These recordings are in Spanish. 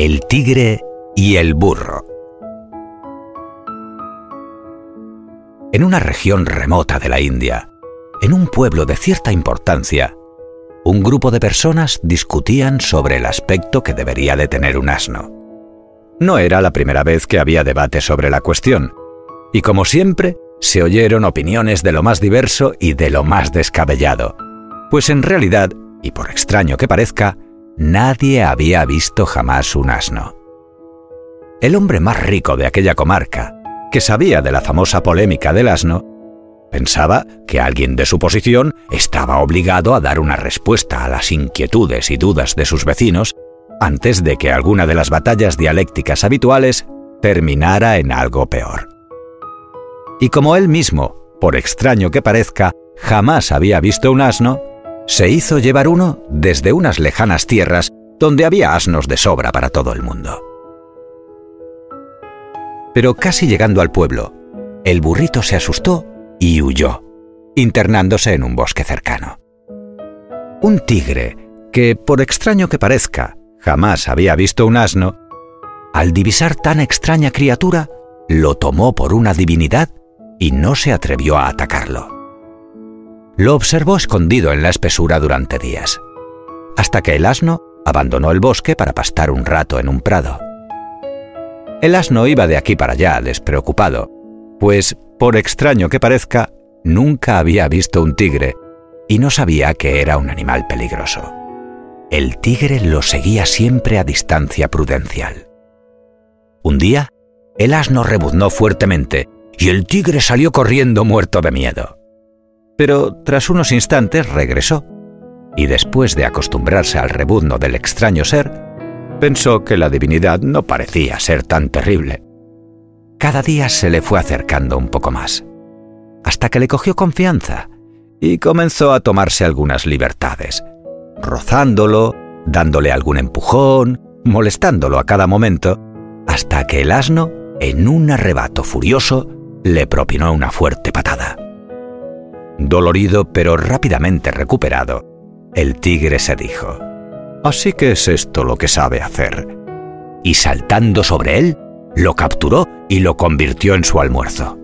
El tigre y el burro. En una región remota de la India, en un pueblo de cierta importancia, un grupo de personas discutían sobre el aspecto que debería de tener un asno. No era la primera vez que había debate sobre la cuestión, y como siempre, se oyeron opiniones de lo más diverso y de lo más descabellado, pues en realidad, y por extraño que parezca, nadie había visto jamás un asno. El hombre más rico de aquella comarca, que sabía de la famosa polémica del asno, pensaba que alguien de su posición estaba obligado a dar una respuesta a las inquietudes y dudas de sus vecinos antes de que alguna de las batallas dialécticas habituales terminara en algo peor. Y como él mismo, por extraño que parezca, jamás había visto un asno, se hizo llevar uno desde unas lejanas tierras donde había asnos de sobra para todo el mundo. Pero casi llegando al pueblo, el burrito se asustó y huyó, internándose en un bosque cercano. Un tigre, que por extraño que parezca, jamás había visto un asno, al divisar tan extraña criatura, lo tomó por una divinidad y no se atrevió a atacarlo. Lo observó escondido en la espesura durante días, hasta que el asno abandonó el bosque para pastar un rato en un prado. El asno iba de aquí para allá despreocupado, pues, por extraño que parezca, nunca había visto un tigre y no sabía que era un animal peligroso. El tigre lo seguía siempre a distancia prudencial. Un día, el asno rebuznó fuertemente y el tigre salió corriendo muerto de miedo. Pero tras unos instantes regresó, y después de acostumbrarse al rebuzno del extraño ser, pensó que la divinidad no parecía ser tan terrible. Cada día se le fue acercando un poco más, hasta que le cogió confianza y comenzó a tomarse algunas libertades, rozándolo, dándole algún empujón, molestándolo a cada momento, hasta que el asno, en un arrebato furioso, le propinó una fuerte patada. Dolorido pero rápidamente recuperado, el tigre se dijo: «Así que es esto lo que sabe hacer», y saltando sobre él, lo capturó y lo convirtió en su almuerzo.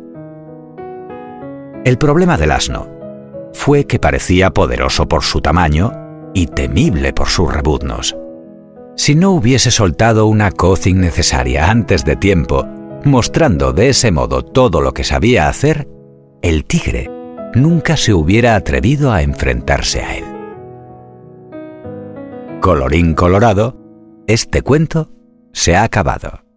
El problema del asno fue que parecía poderoso por su tamaño y temible por sus rebuznos. Si no hubiese soltado una coz innecesaria antes de tiempo, mostrando de ese modo todo lo que sabía hacer, el tigre nunca se hubiera atrevido a enfrentarse a él. Colorín colorado, este cuento se ha acabado.